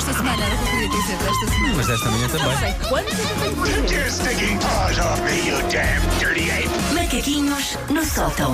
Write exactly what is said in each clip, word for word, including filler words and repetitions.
desta semana, era o que eu queria dizer, desta semana. Mas desta manhã também. Não sei quantos eu tenho que fazer. Your stinking paws off me, you damn dirty ape! Macaquinhos no sótão.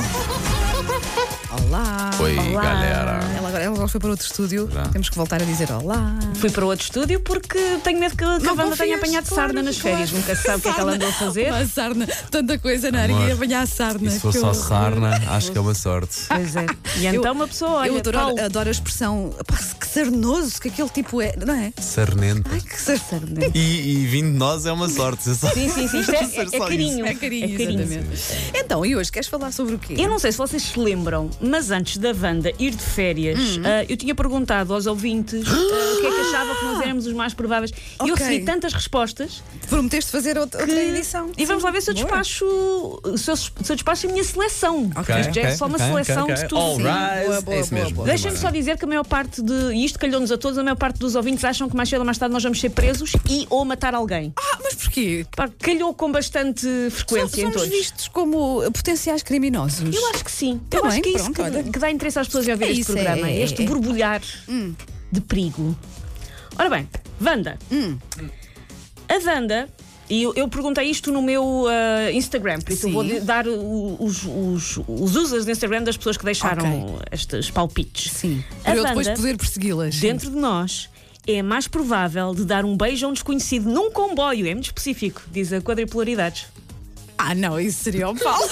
Olá. Oi, Olá. galera. Ela agora ela foi para outro estúdio. Já. Temos que voltar a dizer olá. Fui para outro estúdio porque tenho medo que, que a Não Wanda tenha confias, apanhado claro, sarna nas claro. férias. Nunca se sabe o que é que ela andou a fazer. Uma sarna, tanta coisa na área Amor, e apanhar a sarna. E se for que só horror. sarna, acho que é uma sorte. Pois é. E então Eu- uma pessoa olha, Eu adoro, Paulo, adoro a expressão. Pá, que sarnoso que aquele tipo é, não é? Sarnento. Ai, que sar... sarna. E, e vindo de nós é uma sorte. Você sabe? Sim, sim, sim. Isto é, Ser é, é só carinho. É carinho, É carinho. exatamente. Então, e hoje queres falar sobre o quê? Eu não sei se vocês se lembram, mas antes da Wanda ir de férias, Hum. ah, eu tinha perguntado aos ouvintes ah, o que é que achava que nós éramos os mais prováveis. E eu Ok. recebi tantas respostas. Prometeste fazer outra, outra edição. E vamos lá ver se eu Boa. despacho, se eu, se eu despacho a minha seleção. Ok, Isto já é só uma ok, seleção ok, de ok. tudo. All Sim. right. Boa, boa, É isso boa, mesmo. boa. Deixem-me só dizer que a maior parte de. E isto calhou-nos a todos, a maior parte dos ouvintes acham que mais cedo ou mais tarde nós vamos ser presos e ou matar alguém. Ah, mas porquê? Pá, calhou com bastante frequência em Somos todos. vistos como potenciais criminosos. Eu acho que sim. Tá eu acho bem, que é isso pronto, que, olha. que dá interesse às pessoas a ouvir É este isso, programa. é, é, este é. borbulhar Hum. de perigo. Ora bem, Wanda. Hum. A Wanda. E eu, eu perguntei isto no meu ah, Instagram, por isso eu Sim. vou de- dar o- os, os, os users do Instagram das pessoas que deixaram Ok. estes palpites. Sim. A Para eu depois Wanda, poder persegui-las. dentro de nós, é mais provável de dar um beijo a um desconhecido num comboio. É muito específico, diz a Quadripolaridades. Ah, não, isso seria o Paulo.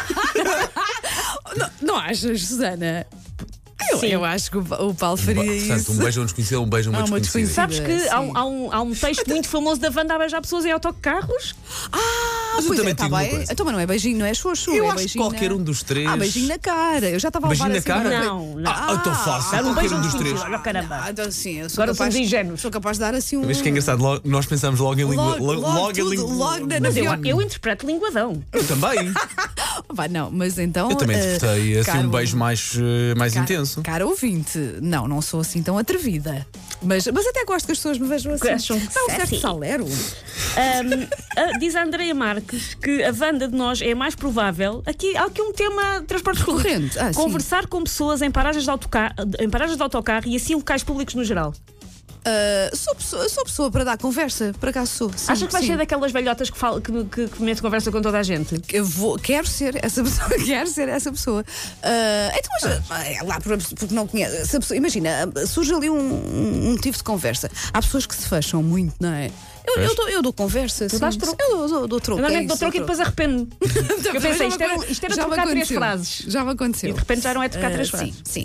não, não achas, Susana? Eu, Sim. eu acho que o o Paulo faria Portanto, isso. um beijo a um desconhecido, um beijo a uma Ah, uma desconhecida. Sabes que Sim. há um, há, um, há um texto muito famoso da Wanda a beijar pessoas em autocarros? Ah, Mas eu pois também é, tá digo uma bem. coisa. Então, mas não é beijinho, não é xoxo. Eu é acho que beijinho qualquer na- um dos três. Ah, beijinho na cara. Eu já estava a Beijinho levar na assim cara? uma coisa. Não, não. Ah, então fácil. Dar um Qualquer beijo a um um dos três. desconhecido. Olha, caramba. Ah, então, sim, eu sou Agora capaz, somos ingênuos. Sou capaz de dar assim um. Vês que é engraçado, logo- nós pensamos logo em língua. Logo, Logo, logo logo em tudo, língua. logo na- Mas eu, avião. eu interpreto linguadão. Eu também. Vai, não, mas então. Eu também eh, interpretei assim caro- um beijo mais, eh, mais Cara- intenso. Cara ouvinte, não, não sou assim tão atrevida. Mas, mas até gosto que as pessoas me vejam assim. Que acham Dá um certo sexy. salero. Ahm, a- diz a Andreia Marques que a Wanda de nós é mais provável. Aqui, há aqui um tema de transportes Recorrente. Ah, sim. Conversar com pessoas em paragens, de autocarro, em paragens de autocarro e assim locais públicos no geral. Ah, sou, pessoa, sou pessoa para dar conversa, por acaso sou. Sim, Acha que vai sim. ser daquelas velhotas que, fala, que, que, que mete conversa com toda a gente? Eu vou, quero ser essa pessoa, quero ser essa pessoa. Ah, então, mas ah, é lá por- porque não conhece. Essa pessoa, imagina, surge ali um, um motivo de conversa. Há pessoas que se fecham muito, não é? Eu, eu, dou, eu dou conversa. sim. dás troco? Eu dou, dou, dou troco. Eu é normalmente dou isso, troco e depois arrependo-me. Eu pensei, isto era, isto era Já me trocar três aconteceu. frases. Já me aconteceu. E de repente já não é trocar Ah, três sim, frases. sim.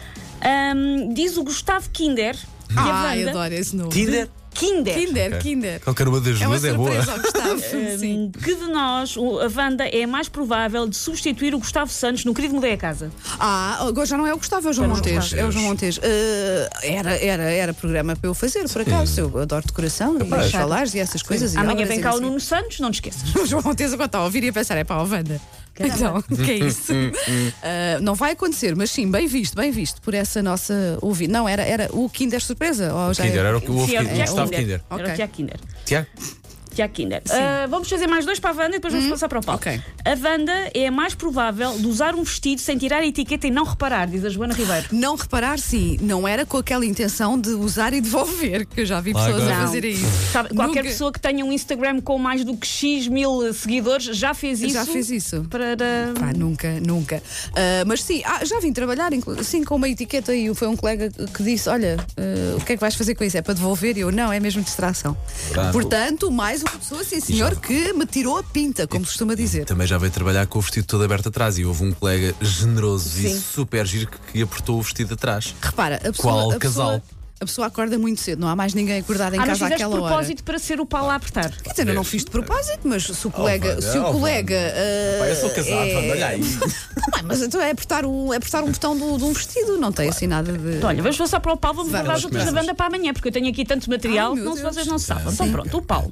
Ahm, diz o Gustavo Kinder que a Ah, eu Wanda. adoro esse nome. Tinder? Kinder. Kinder, Kinder. Qualquer uma das É uma duas é boa. surpresa ao Gustavo. Sim. Hum, que de nós, o- a Wanda é mais provável de substituir o Gustavo Santos no Querido Mudei a Casa. Ah, agora já não é o Gustavo, é o João Já não é o Montes. Gustavo. É o João Montes. Ah, era, era, era programa para eu fazer, por acaso. Eu adoro decoração e Rapaz. falares e essas coisas. e Amanhã obras vem e cá não o sei. Nuno Santos, não te esqueças. O João Montes agora está a ouvir e a pensar, é pá, ó Wanda. Então, o que é isso? Ah, não vai acontecer, mas sim, bem visto, bem visto por essa nossa ouvinte. Não, era, era o Kinder Surpresa. Ou já Kinder, é- era o que o Sim, era o o Tiago Gustavo Kinder. Kinder. Era Ok. o Tiago Kinder. Tiago? Tiago Kinder. Ah, vamos fazer mais dois para a Wanda e depois vamos passar para o Paulo. Ok. A Wanda é mais provável de usar um vestido sem tirar a etiqueta e não reparar, diz a Joana Ribeiro. Não reparar, sim, não era com aquela intenção de usar e devolver, que eu já vi Lá pessoas agora. a fazerem isso. Sabe, qualquer Nunca- pessoa que tenha um Instagram com mais do que X mil seguidores já fez isso. Já fez isso. Para. Pá, nunca, nunca. Ah, mas sim, ah, já vim trabalhar inclu- sim, com uma etiqueta e foi um colega que disse: Olha, ah, o que é que vais fazer com isso? É para devolver? E eu, não, é mesmo distração. Claro. Portanto, mais uma pessoa, sim senhor, que me tirou a pinta, como se costuma dizer. Também já veio trabalhar com o vestido todo aberto atrás e houve um colega generoso e Sim. super giro que, que apertou o vestido atrás. Repara, a pessoa, Qual a pessoa, casal? a pessoa acorda muito cedo, não há mais ninguém acordado em Ah, mas casa fizeste àquela de hora. propósito para ser o Paulo a apertar. Quer dizer, eu não fiz de propósito, mas se o colega. Wanda, se o oh, colega ah, Pá, eu sou casado, é- Wanda, olha aí. Tá bem, mas então é apertar, o, é apertar um botão do- de um vestido, não tem assim nada de. Então, olha, vamos passar para o Paulo, vamos Vai, guardar as vamos outras da começar. banda para amanhã, porque eu tenho aqui tanto material Ai, que meu não se Deus. vocês não sabem. Então Sim. pronto, o Paulo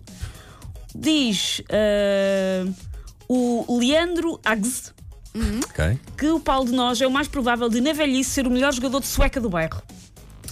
diz ah, o Leandro Agz Ok. que o Paulo de nós é o mais provável de, na velhice, ser o melhor jogador de sueca do bairro.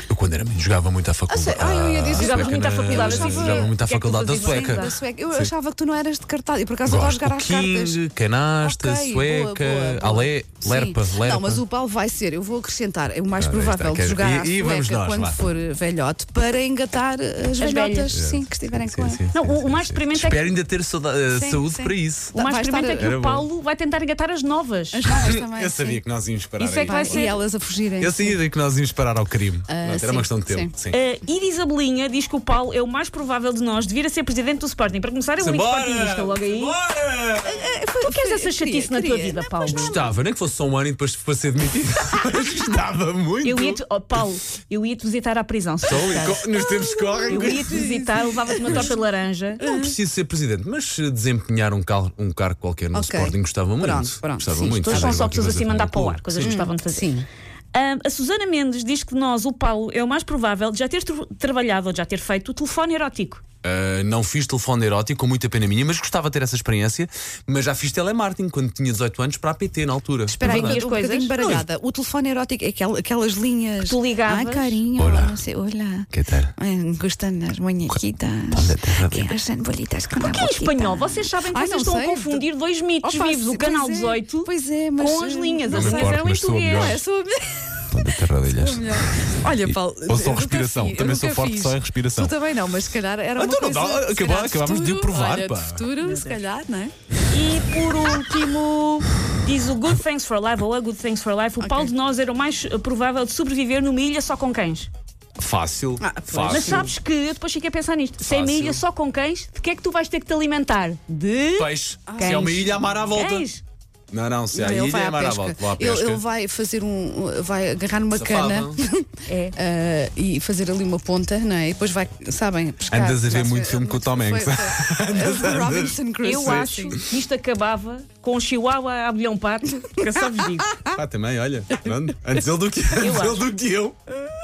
Eu, quando era menino, jogava muito à faculdade. Ah, eu ia dizer- Jogavas sueca muito à na- faculdade, sim, assim, Jogava muito à o que é que tu faculdade da fazias? sueca. Da sueca. Eu Sim. achava que tu não eras de cartaz e por acaso adoro Gosto. jogar O às cartas. King, canasta, Ok, sueca, boa, boa, boa. alé, Sim. lerpa, lerpa. Não, mas o Paulo vai ser, eu vou acrescentar, é o mais Ah, aí provável está, de jogar quer- à e- e vamos sueca nós, quando vá. for velhote para engatar as, velhotas, velhas. sim, que estiverem Sim, com sim, ele. Não, sim, o- sim, o mais sim. experimento é Espero que- ainda ter sauda- eh, Sim, saúde sim. para isso. O mais Vai estar experimento é a- que Era o bom. Paulo vai tentar engatar as novas. As novas também. Eu sabia sim. que nós íamos parar Isso é aí. que vai Vai, ser. e elas a fugirem. Eu sim. sabia que nós íamos parar ao crime. Ah, Pronto, sim, era uma questão de tempo. sim. Sim. Uh, Irisabelinha diz que o Paulo é o mais provável de nós de vir a ser presidente do Sporting. Para começar, é o único sportingista logo aí. Bora! Tu queres essa chatice na tua vida, Paulo? Gostava, nem que fosse só um ano e depois para ser demitido. Mas gostava muito. Eu ia-te, oh, Paulo, eu ia-te visitar à prisão. se Só precisares. co- nos tempos que correm. Eu ia-te visitar, levava-te uma torta de laranja. Não preciso ser presidente, mas se desempenhar um, cal- um cargo qualquer no Ok. Sporting gostava muito. Pronto, pronto. Gostava Sim, muito. Todos são Fazer só qualquer pessoas coisa assim mandar pelo para o ar, clube. coisas que gostavam de fazer. Sim. Ah, a Susana Mendes diz que nós, o Paulo, é o mais provável de já ter tra- trabalhado ou de já ter feito o telefone erótico. Uh, não fiz telefone erótico, com muita pena minha, mas gostava de ter essa experiência. Mas já fiz telemarketing quando tinha dezoito anos para a P T na altura. Espera aí, Verdade. um Coisas? bocadinho baralhada. O telefone erótico é aquel- aquelas linhas. Que tu ligavas. Ai, carinho, Olá. não sei, olá. Que tal? Ai, gostam das muñequitas. Onde é que estás a ver? Que gostam bolitas com Porque a em boquita. espanhol, vocês sabem que Ai, vocês não estão sei. a confundir dois mitos Opa, vivos. O sim, canal pois é. dezoito Pois é, mas, com as linhas. não Eles sei. fizeram em mas sou a português. melhor. É, sou Onde é que rodilhas? Olha, Paulo. Ou só eu nunca respiração. fiz, eu Também sou nunca forte fiz. só em respiração. Tu também não, mas se calhar era uma Então não coisa. dá, se acabá- calhar acabámos de futuro, provar, olha, pá. de futuro, se calhar, não é? E por último, diz o Good Things for Life, ou a Good Things for Life, o Paulo de nós era o mais eh, provável de sobreviver numa ilha só com cães. Fácil. Ah, pois. fácil. Mas sabes que eu depois fiquei a pensar nisto. Se é uma Fácil. ilha só com cães, de que é que tu vais ter que te alimentar? De Peixe. Cães. Se é uma ilha a mar à volta. cães. Não, não, se há Ele ilha vai é à mar à pesca. volta. Vou à Ele, pesca. ele vai fazer um. Vai agarrar numa Safado. cana É. ah, e fazer ali uma ponta, não é? E depois vai, sabem, pescar. Andas a ver Já se muito foi- filme com o Tom foi- Hanks. foi- foi- Robinson Crusoe. Eu acho que isto acabava com um chihuahua a abelhão pato, que eu só vos digo. Pá, também, olha. Pronto. Antes ele do que, antes Eu ele acho. do que eu.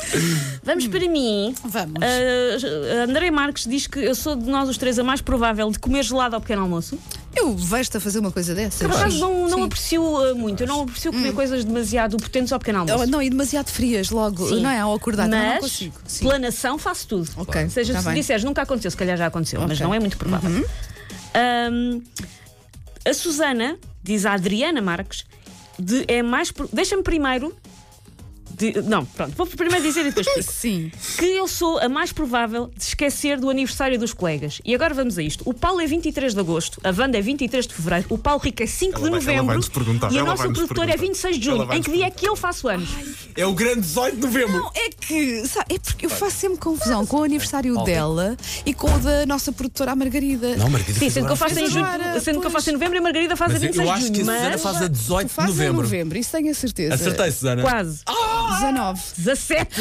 Vamos para mim. Vamos. Uh, André Marques diz que eu sou de nós os três a mais provável de comer gelado ao pequeno almoço. Eu vejo-te a fazer uma coisa dessas. Por acaso não, não Sim. aprecio uh, muito. Eu não aprecio comer coisas demasiado potentes ao pequeno Oh, almoço. não, e demasiado frias logo, Sim. não é? Ao acordar, também não Mas, consigo. Sim. planação, faço tudo. Ok, Ou seja, tá se bem. disseres nunca aconteceu, se calhar já aconteceu, mas Ok. não é muito provável. Um, a Susana, diz a Adriana Marques, de, é mais. pro- Deixa-me primeiro. de- não, pronto, vou primeiro dizer e depois explico. Sim. Que eu sou a mais provável de esquecer do aniversário dos colegas. E agora vamos a isto. O Paulo é vinte e três de agosto, a Wanda é vinte e três de fevereiro, o Paulo Rico é cinco Ela de vai- ela novembro vai-nos perguntar, e a ela nossa vai-nos produtora é perguntar. vinte e seis de Ela junho. vai-nos Em que dia é que eu faço anos? É o grande dezoito de novembro. Não, é que, sabe, é porque eu faço sempre confusão com o aniversário dela e com o da nossa produtora, a Margarida. Não, Margarida. Sim, sendo que eu faço em Mas junho, agora, sendo que eu pois. faço em novembro e a Margarida faz a Mas vinte e seis eu de acho que junho. a Susana Mas faz a Tu dezoito de fazes em novembro. novembro, isso tenho a certeza. Acertei, Susana. quase. dezanove. dezassete.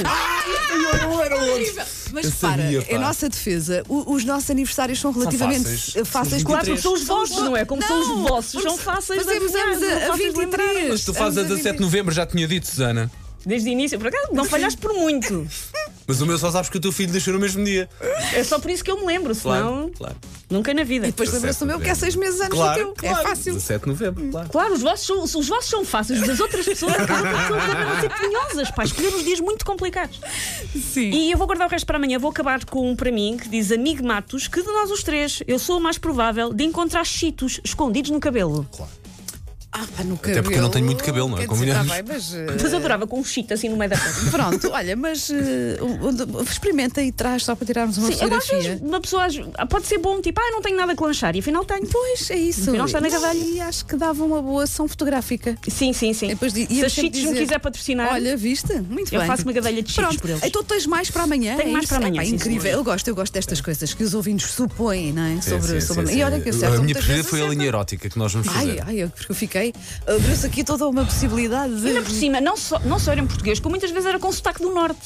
Eu era outro. Mas Eu repara, sabia, pá. em nossa defesa, o- os nossos aniversários são relativamente fáceis. eh, fáceis. Claro, porque porque são os vossos, não é? Como são os vossos, são fáceis de fazemos adivinhar, anos são a, a fáceis de lembrar. vinte e três. Mas tu fazes a Anos dezassete de novembro, já tinha dito, Susana. Desde o início, por acaso, não falhaste por muito. Mas o meu só sabes que o teu filho nasceu no mesmo dia. É só por isso que eu me lembro, senão claro. nunca na vida. E depois lembra-se do meu que é seis meses antes Claro, do teu. claro. É fácil. dezassete de novembro, claro. Claro, os vossos, são, os vossos são fáceis, os das outras pessoas vão ser penhosas, pá, escolher uns dias muito complicados. Sim. E eu vou guardar o resto para amanhã, vou acabar com um para mim que diz Amigo Matos que de nós os três eu sou o mais provável de encontrar cheetos escondidos no cabelo. Ah, pá, no cabelo. porque eu não tenho muito cabelo, não é? Quer dizer, Convenhamos. tá bem, mas, eh, Mas adorava com um chito assim no meio da frente. pronto, olha, mas eh, o- o- experimenta e traz só para tirarmos uma Sim, eu às fotografia. vezes uma pessoa às- pode ser bom, tipo, ah, não tenho nada que lanchar, e afinal tenho. Pois, é isso. Afinal está na gadelha. E acho que dava uma boa ação fotográfica. Sim, sim, sim. E depois di- Se íamos a sempre Cheetos me dizer, quiser patrocinar, Olha, viste? Muito eu bem. faço uma gadelha de cheetos Pronto, por eles. então tens mais para amanhã. Tenho é mais isso? para amanhã, Epá, sim, incrível. senhora. Eu gosto, eu gosto destas coisas que os ouvintes supõem, não é? Sim, Sobre, sim, sobre... sim, E olha sim. que acertam A minha muitas preferida vezes foi a acertam. linha erótica que nós vamos fazer. Ai, ai, eu, porque eu fiquei. Abriu-se aqui toda uma possibilidade de. Ainda por cima, não só, não só era em português, como muitas vezes era com sotaque do norte.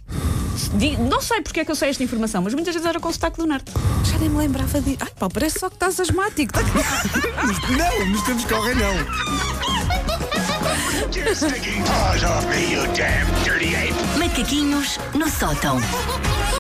Di- Não sei porque é que eu sei esta informação, mas muitas vezes era com sotaque do norte. Já nem me lembrava de. Ai, pá, parece só que estás asmático. Não, nos tempos que correm, não. Take your stinking paws off me, you damn dirty ape! Macaquinhos no sótão.